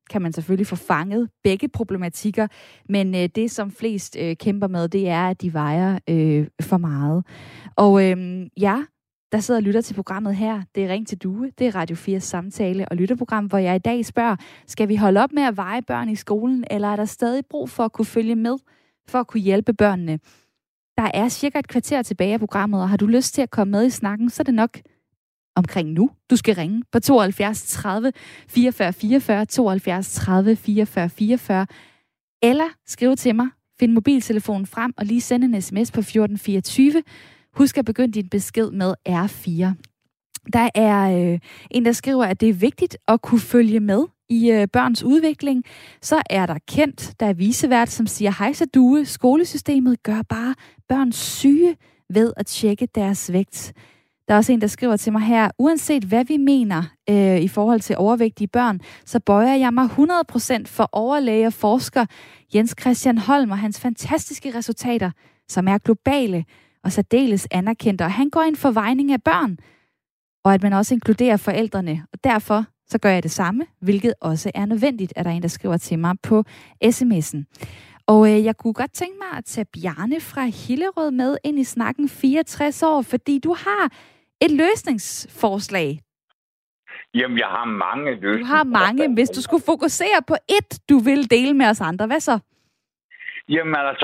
kan man selvfølgelig få fanget begge problematikker, men det, som flest kæmper med, det er, at de vejer for meget. Og der sidder og lytter til programmet her. Det er Ring til Due. Det er Radio 4's samtale- og lytterprogram, hvor jeg i dag spørger, skal vi holde op med at veje børn i skolen, eller er der stadig brug for at kunne følge med, for at kunne hjælpe børnene? Der er cirka et kvarter tilbage af programmet, og har du lyst til at komme med i snakken, så er det nok omkring nu. Du skal ringe på 72 30 44 44, 72 30 44 44, eller skrive til mig, find mobiltelefonen frem og lige sende en sms på 1424. Husk at begynde din besked med R4. Der er en, der skriver, at det er vigtigt at kunne følge med i børns udvikling. Så er der Kent, der er vicevært, som siger, hej så Due, skolesystemet gør bare børn syge ved at tjekke deres vægt. Der er også en, der skriver til mig her, uanset hvad vi mener i forhold til overvægtige børn, så bøjer jeg mig 100% for overlæge og forsker Jens Christian Holm og hans fantastiske resultater, som er globale og særdeles anerkendte. Og han går ind for vejning af børn, og at man også inkluderer forældrene. Og derfor så gør jeg det samme, hvilket også er nødvendigt, at der er en, der skriver til mig på sms'en. Og jeg kunne godt tænke mig at tage Bjarne fra Hillerød med ind i snakken, 64 år, fordi du har et løsningsforslag. Jamen, jeg har mange løsninger. Du har mange. Hvis du skulle fokusere på et, du vil dele med os andre, hvad så? Jamen altså,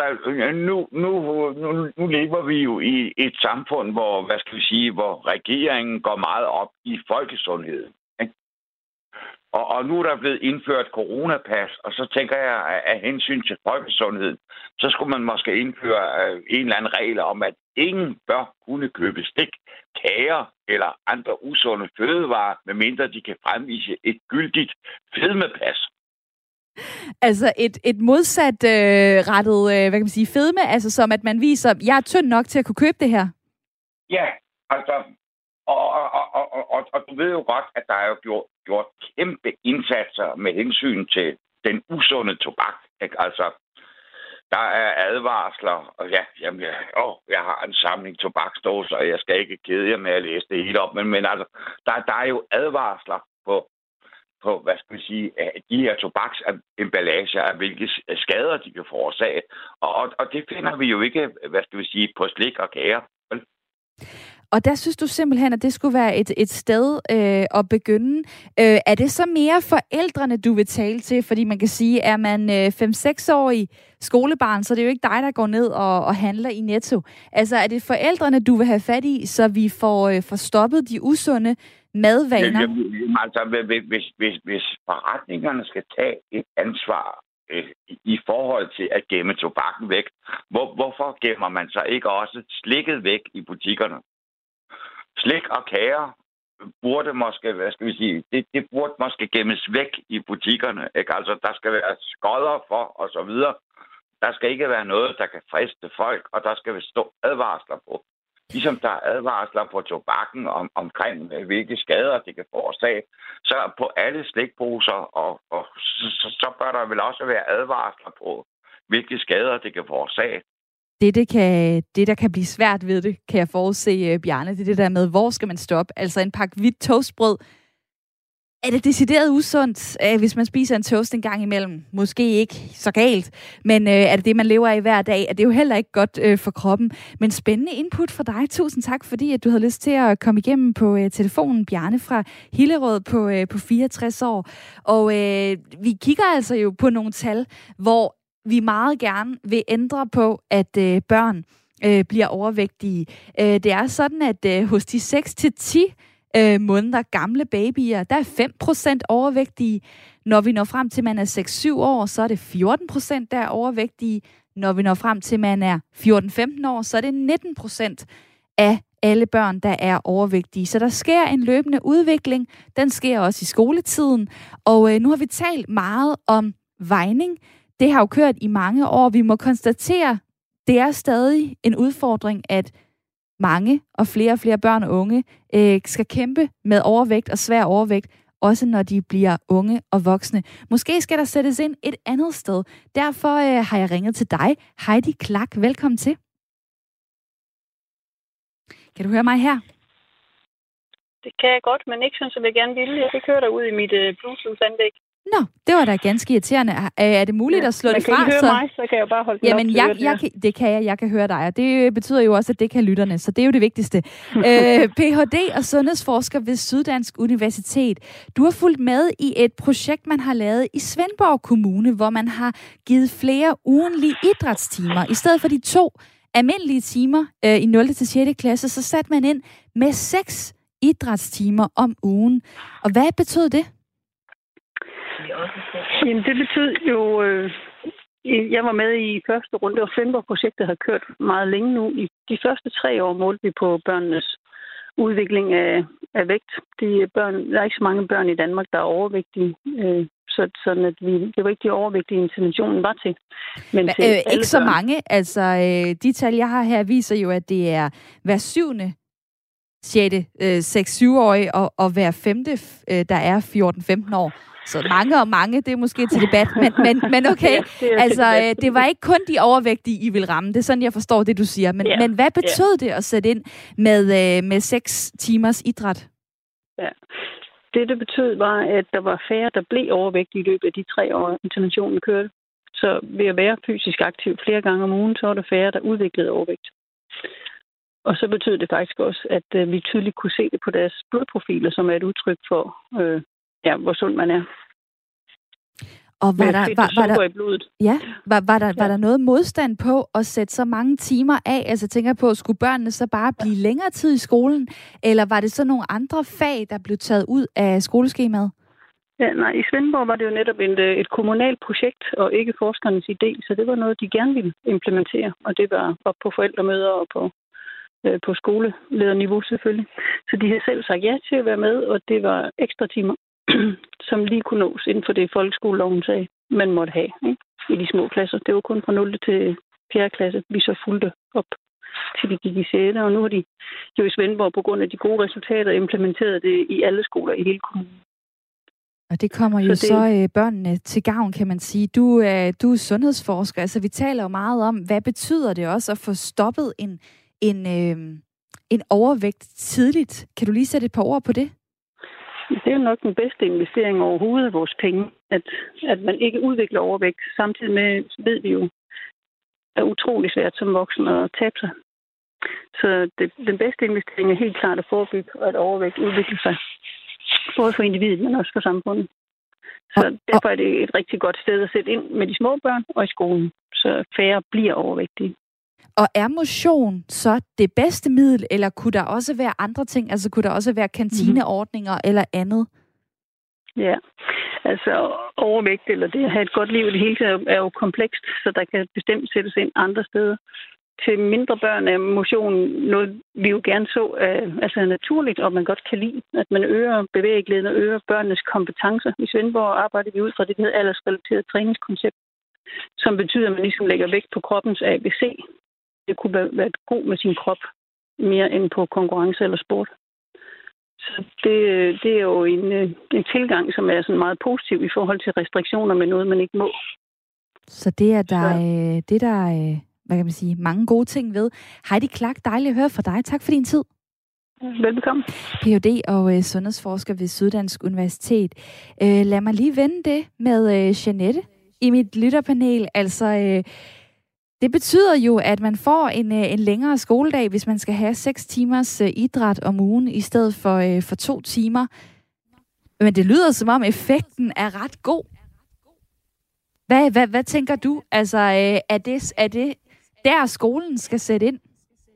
nu lever vi jo i et samfund, hvor regeringen går meget op i folkesundheden. Ikke? Og nu er der blevet indført coronapas, og så tænker jeg, at af hensyn til folkesundheden, så skulle man måske indføre en eller anden regel om, at ingen bør kunne købe stik, kager eller andre usunde fødevarer, medmindre de kan fremvise et gyldigt fedmepas. Altså et modsat rettet, hvad kan man sige, fedme, altså som at man viser, jeg er tynd nok til at kunne købe det her. Ja, altså, og du ved jo godt, at der er jo gjort kæmpe indsatser med hensyn til den usunde tobak. Ikke? Altså, der er advarsler, og jeg har en samling tobaksdåser, og jeg skal ikke kede jer med at læse det hele op, men altså, der er jo advarsler på de her tobaksemballager, af hvilke skader de kan forårsage. Og det finder vi jo ikke, på slik og kager. Og der synes du simpelthen, at det skulle være et sted at begynde. Er det så mere forældrene, du vil tale til? Fordi man kan sige, er man 5-6-årig skolebarn, så det er jo ikke dig, der går ned og handler i Netto. Altså er det forældrene, du vil have fat i, så vi får stoppet de usunde madvaner? Altså, hvis forretningerne skal tage et ansvar i forhold til at gemme tobakken væk, hvorfor gemmer man så ikke også slikket væk i butikkerne? Slik og kager burde måske, det burde måske gemmes væk i butikkerne. Ikke? Altså, der skal være skodder for, og så videre. Der skal ikke være noget, der kan friste folk, og der skal stå advarsler på. Ligesom der er advarsler på tobakken omkring, hvilke skader det kan forårsage, så på alle slikposer, og så bør der vel også være advarsler på, hvilke skader det kan forårsage. Det, der kan blive svært ved det, kan jeg forudse, Bjarne, det er det der med, hvor skal man stoppe? Altså en pakke hvidt toastbrød, er det decideret usundt, hvis man spiser en toast en gang imellem? Måske ikke så galt, men er det man lever af hver dag? Er det jo heller ikke godt for kroppen. Men spændende input fra dig. Tusind tak, fordi at du havde lyst til at komme igennem på telefonen, Bjarne fra Hillerød på 64 år. Og vi kigger altså jo på nogle tal, hvor vi meget gerne vil ændre på, at børn bliver overvægtige. Det er sådan, at hos de 6-10 måneder gamle babyer, der er 5% overvægtige. Når vi når frem til, man er 6-7 år, så er det 14%, der er overvægtige. Når vi når frem til, man er 14-15 år, så er det 19% af alle børn, der er overvægtige. Så der sker en løbende udvikling. Den sker også i skoletiden. Og nu har vi talt meget om vejning. Det har jo kørt i mange år. Vi må konstatere, det er stadig en udfordring, at mange og flere børn og unge skal kæmpe med overvægt og svær overvægt, også når de bliver unge og voksne. Måske skal der sættes ind et andet sted. Derfor har jeg ringet til dig, Heidi Klak. Velkommen til. Kan du høre mig her? Det kan jeg godt, men ikke sådan, som jeg gerne ville. Jeg kan høre dig ud i mit Bluetooth-anlæg. Nå, det var da ganske irriterende. Er det muligt at slå det fra? Kan I høre mig, så kan jeg bare holde den Jamen, det kan jeg. Jeg kan høre dig, og det betyder jo også, at det kan lytterne, så det er jo det vigtigste. Ph.D. og sundhedsforsker ved Syddansk Universitet. Du har fulgt med i et projekt, man har lavet i Svendborg Kommune, hvor man har givet flere ugenlige idrætstimer. I stedet for de 2 almindelige timer i 0. til 6. klasse, så satte man ind med 6 idrætstimer om ugen. Og hvad betød det? Jamen, det betød jo... jeg var med i første runde, og Svendborg-projektet har kørt meget længe nu. I de første 3 år målte vi på børnenes udvikling af vægt. Der er ikke så mange børn i Danmark, der er overvægtige. Sådan at det var ikke de overvægtige, interventionen var til. Men til ikke så børn. mange. Altså, de tal, jeg har her, viser jo, at det er hver 7., 6., 6-7-årige, og hver 5., der er 14-15 år. Så mange, det er måske til debat, men okay. Altså, det var ikke kun de overvægtige, I vil ramme. Det er sådan, jeg forstår det, du siger. Men hvad betød det at sætte ind med 6 timers idræt? Ja. Det betød var, at der var færre, der blev overvægtige i løbet af de 3 år, interventionen kørte. Så ved at være fysisk aktiv flere gange om ugen, så var der færre, der udviklede overvægt. Og så betød det faktisk også, at vi tydeligt kunne se det på deres blodprofiler, som er et udtryk for, hvor sund man er. Og var der noget modstand på at sætte så mange timer af? Altså tænker på, skulle børnene så bare blive længere tid i skolen? Eller var det så nogle andre fag, der blev taget ud af skoleskemaet? Ja, nej, i Svendborg var det jo netop et kommunalt projekt, og ikke forskernes idé, så det var noget, de gerne ville implementere. Og det var på forældremøder og på skolelederniveau selvfølgelig. Så de havde selv sagt ja til at være med, og det var ekstra timer, som lige kunne nås inden for det folkeskoleloven sagde, man måtte have, ikke? I de små klasser. Det var kun fra 0. til 4. klasse, vi så fulgte op, til de gik i 6. Og nu har de jo i Svendborg på grund af de gode resultater implementeret det i alle skoler i hele kommunen. Og det kommer jo så børnene til gavn, kan man sige. Du er sundhedsforsker, altså vi taler jo meget om, hvad betyder det også at få stoppet en overvægt tidligt. Kan du lige sætte et par ord på det? Det er jo nok den bedste investering overhovedet af vores penge, at man ikke udvikler overvægt. Samtidig med, ved vi jo, er utrolig svært som voksen at tabe sig. Så den bedste investering er helt klart at forebygge, at overvægt udvikler sig. Både for individet, men også for samfundet. Så derfor er det et rigtig godt sted at sætte ind med de små børn og i skolen, så færre bliver overvægtige. Og er motion så det bedste middel, eller kunne der også være andre ting? Altså kunne der også være kantineordninger eller andet? Ja, altså overvægt eller det at have et godt liv i det hele taget er jo komplekst, så der kan bestemt sættes ind andre steder. Til mindre børn er motion noget, vi jo gerne så altså naturligt, og man godt kan lide, at man øger bevægeligheden og øger børnenes kompetencer. I Svendborg arbejder vi ud fra det, der hedder aldersrelateret træningskoncept, som betyder, at man ligesom lægger vægt på kroppens ABC. Det kunne være god med sin krop, mere end på konkurrence eller sport. Så det er jo en tilgang, som er sådan meget positiv i forhold til restriktioner med noget, man ikke må. Så det er der hvad kan man sige, mange gode ting ved. Heidi Klak, dejligt at høre fra dig. Tak for din tid. Velbekomme. Ph.D. og sundhedsforsker ved Syddansk Universitet. Lad mig lige vende det med Jeanette i mit lytterpanel. Altså, det betyder jo, at man får en længere skoledag, hvis man skal have 6 timers idræt om ugen, i stedet for 2 timer. Men det lyder som om effekten er ret god. Hvad tænker du? Altså, er det der skolen skal sætte ind?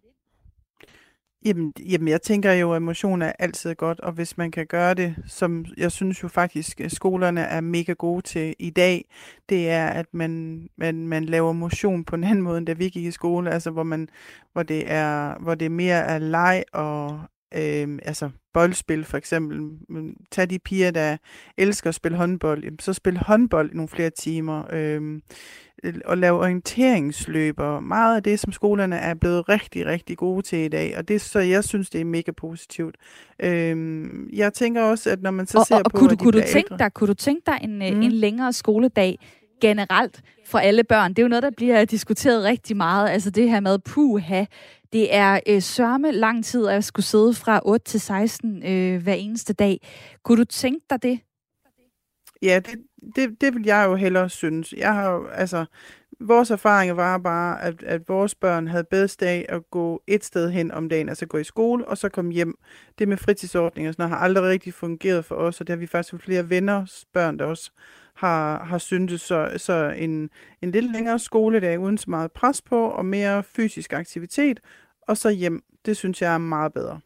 Jamen, jeg tænker jo, at motion er altid godt, og hvis man kan gøre det, som jeg synes jo faktisk, at skolerne er mega gode til i dag, det er, at man laver motion på en anden måde, end da vi gik i skole, altså hvor det mere er leg og altså boldspil for eksempel. Tag de piger, der elsker at spille håndbold, så spil håndbold i nogle flere timer, og lave orienteringsløber. Meget af det, som skolerne er blevet rigtig, rigtig gode til i dag, og det så jeg synes, det er mega positivt. Jeg tænker også, at når man så ser på... Kunne du tænke dig en længere skoledag generelt for alle børn? Det er jo noget, der bliver diskuteret rigtig meget. Altså det her med puha. Det er sørme lang tid at skulle sidde fra 8 til 16 hver eneste dag. Kunne du tænke dig det? Ja, det vil jeg jo hellere synes. Jeg har jo, altså, vores erfaring var bare, at vores børn havde bedst af at gå et sted hen om dagen, altså gå i skole, og så komme hjem. Det med fritidsordninger og sådan noget har aldrig rigtig fungeret for os, og det har vi faktisk flere venners børn, der også har syntes. Så en lidt længere skoledag uden så meget pres på, og mere fysisk aktivitet, og så hjem. Det synes jeg er meget bedre.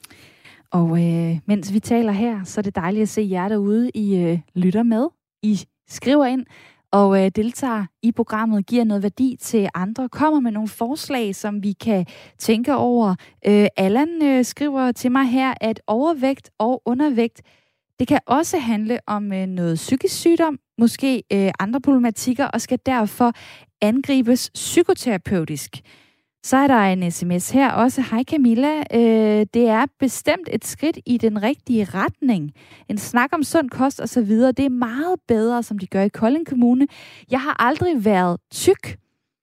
Og mens vi taler her, så er det dejligt at se jer derude, I lytter med. I skriver ind og deltager i programmet, giver noget værdi til andre, kommer med nogle forslag, som vi kan tænke over. Allan skriver til mig her, at overvægt og undervægt, det kan også handle om noget psykisk sygdom, måske andre problematikker, og skal derfor angribes psykoterapeutisk. Så er der en sms her også. Hej Camilla, det er bestemt et skridt i den rigtige retning. En snak om sund kost og så videre, det er meget bedre, som de gør i Kolding Kommune. Jeg har aldrig været tyk,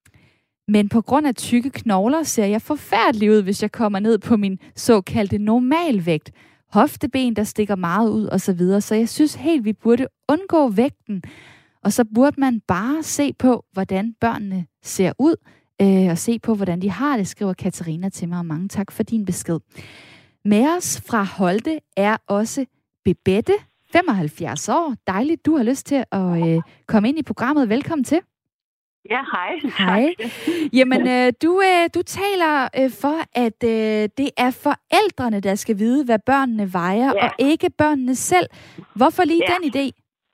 men på grund af tykke knogler ser jeg forfærdelig ud, hvis jeg kommer ned på min såkaldte normalvægt. Hofteben, der stikker meget ud og så videre. Så jeg synes helt, vi burde undgå vægten. Og så burde man bare se på, hvordan børnene ser ud, og se på, hvordan de har det, skriver Katarina til mig, og mange tak for din besked. Med os fra Holte er også Bebette, 75 år. Dejligt, du har lyst til at komme ind i programmet. Velkommen til. Ja, hej. Hej. Jamen, du taler for, at det er forældrene, der skal vide, hvad børnene vejer, og ikke børnene selv. Hvorfor lige den idé?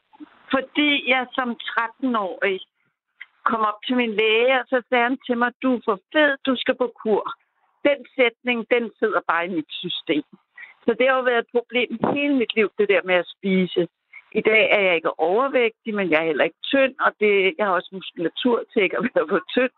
Fordi jeg som 13-årig kom op til min læge, og så sagde han til mig, du er for fed, du skal på kur. Den sætning, den sidder bare i mit system. Så det har jo været et problem hele mit liv, det der med at spise. I dag er jeg ikke overvægtig, men jeg er heller ikke tynd, og jeg har også muskulatur til ikke at være for tynd.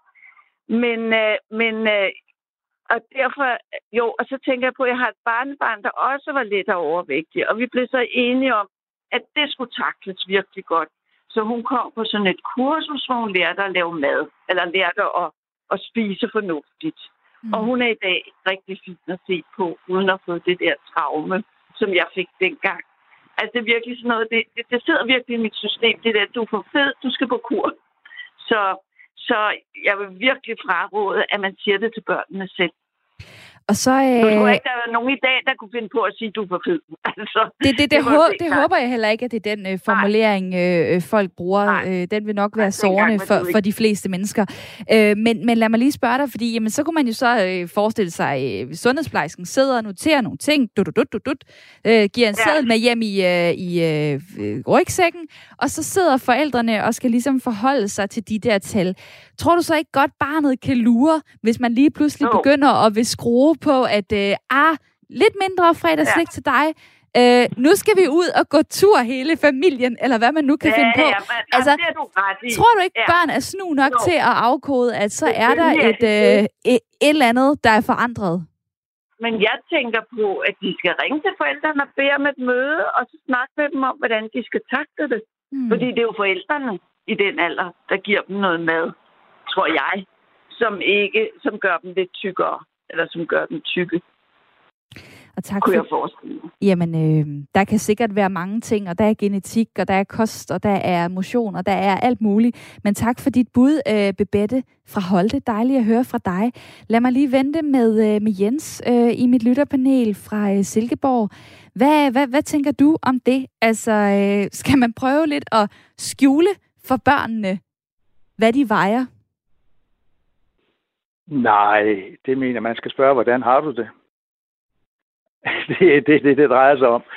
Og derfor, og så tænker jeg på, at jeg har et barnebarn, der også var lidt overvægtig, og vi blev så enige om, at det skulle takles virkelig godt. Så hun kom på sådan et kursus, hvor hun lærte at lave mad, eller lærte at spise fornuftigt. Og hun er i dag rigtig fin at se på, uden at få det der traume, som jeg fik dengang. Altså det er virkelig sådan noget, det sidder virkelig i mit system, det der, du er for fed, du skal på kur. Så jeg vil virkelig fraråde, at man siger det til børnene selv. Og så, du tror ikke, der er nogen i dag, der kunne finde på at sige, at du er for fed. Altså, det håber jeg heller ikke, at det er den formulering, folk bruger. Den vil nok være sårende for de fleste mennesker. Men lad mig lige spørge dig, fordi jamen, så kunne man jo så forestille sig, at sundhedsplejersken sidder og noterer nogle ting, giver en seddel med hjem i rygsækken, og så sidder forældrene og skal ligesom forholde sig til de der tal. Tror du så ikke godt, barnet kan lure, hvis man lige pludselig begynder at vil skrue på, at lidt mindre fredagsslik til dig. Nu skal vi ud og gå tur hele familien, eller hvad man nu kan finde på. Altså, det er du ret i. Tror du ikke, børn er snu nok til at afkode, at så er der et eller andet, der er forandret? Men jeg tænker på, at de skal ringe til forældrene og bede om et møde, og så snakke med dem om, hvordan de skal takle det. Fordi det er jo forældrene i den alder, der giver dem noget mad, tror jeg, som gør dem lidt tykkere, eller som gør dem tykke. Og tak Jamen, der kan sikkert være mange ting, og der er genetik, og der er kost, og der er motion, og der er alt muligt. Men tak for dit bud, Bebette fra Holte. Dejligt at høre fra dig. Lad mig lige vente med Jens i mit lytterpanel fra Silkeborg. Hvad tænker du om det? Altså, skal man prøve lidt at skjule for børnene, hvad de vejer? Nej, det mener man skal spørge, hvordan har du det? Det drejer sig om.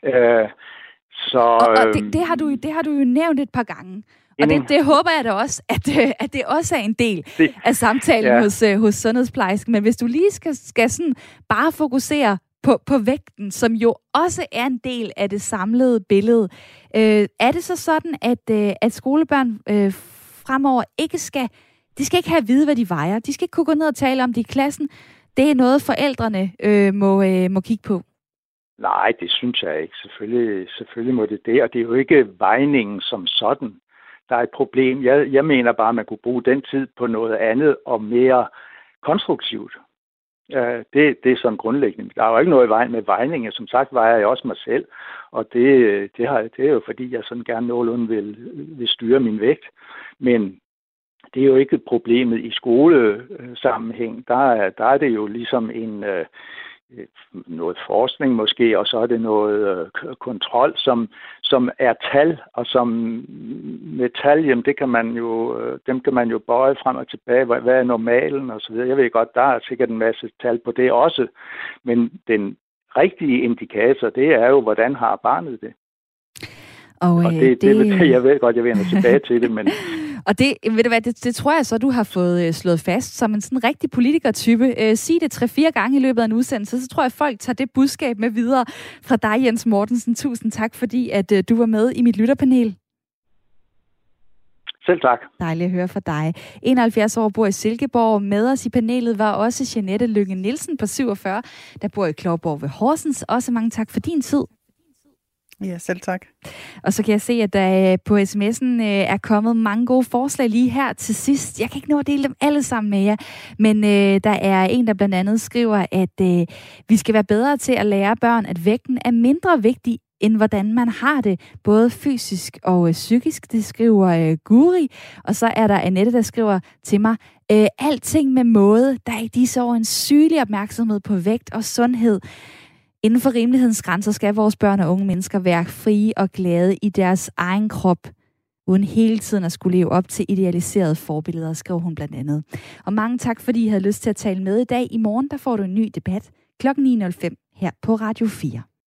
Det har du jo nævnt et par gange. Og det håber jeg da også, at det også er en del af samtalen hos sundhedsplejersken. Men hvis du lige skal sådan bare fokusere på vægten, som jo også er en del af det samlede billede, er det så sådan, at skolebørn fremover ikke skal have at vide, hvad de vejer? De skal ikke kunne gå ned og tale om det i klassen. Det er noget, forældrene må kigge på. Nej, det synes jeg ikke. Selvfølgelig må det det, og det er jo ikke vejningen som sådan, der er et problem. Jeg mener bare, at man kunne bruge den tid på noget andet og mere konstruktivt. Det er sådan grundlæggende. Der er jo ikke noget i vejen med vejninger. Som sagt vejer jeg også mig selv, og det er jo fordi, jeg sådan gerne nogenlunde vil styre min vægt. Men det er jo ikke problemet i skolesammenhæng. Der er det jo ligesom noget forskning måske, og så er det noget kontrol, som er tal, og som med tal, jamen dem kan man jo bøje frem og tilbage, hvad er normalen og så videre. Jeg ved godt, der er sikkert en masse tal på det også, men den rigtige indikator, det er jo, hvordan har barnet det. Og jeg ved godt, jeg vender tilbage til det, men... Og det, ved du hvad, det tror jeg så, du har fået slået fast som en sådan rigtig politikertype. Sig det 3-4 gange i løbet af en udsendelse, så tror jeg, folk tager det budskab med videre fra dig, Jens Mortensen. Tusind tak, fordi at du var med i mit lytterpanel. Selv tak. Dejligt at høre fra dig. 71 år bor i Silkeborg. Med os i panelet var også Jeanette Lykke Nielsen på 47, der bor i Klovborg ved Horsens. Også mange tak for din tid. Ja, selv tak. Og så kan jeg se, at der på sms'en er kommet mange gode forslag lige her til sidst. Jeg kan ikke nå at dele dem alle sammen med jer, men der er en, der blandt andet skriver, at vi skal være bedre til at lære børn, at vægten er mindre vigtig, end hvordan man har det, både fysisk og psykisk. Det skriver Guri. Og så er der Annette, der skriver til mig, alting med måde, der er i disse år en sygelig opmærksomhed på vægt og sundhed. Inden for rimelighedens grænser skal vores børn og unge mennesker være frie og glade i deres egen krop, uden hele tiden at skulle leve op til idealiserede forbilleder, skriver hun blandt andet. Og mange tak, fordi I havde lyst til at tale med i dag. I morgen der får du en ny debat kl. 9.05 her på Radio 4.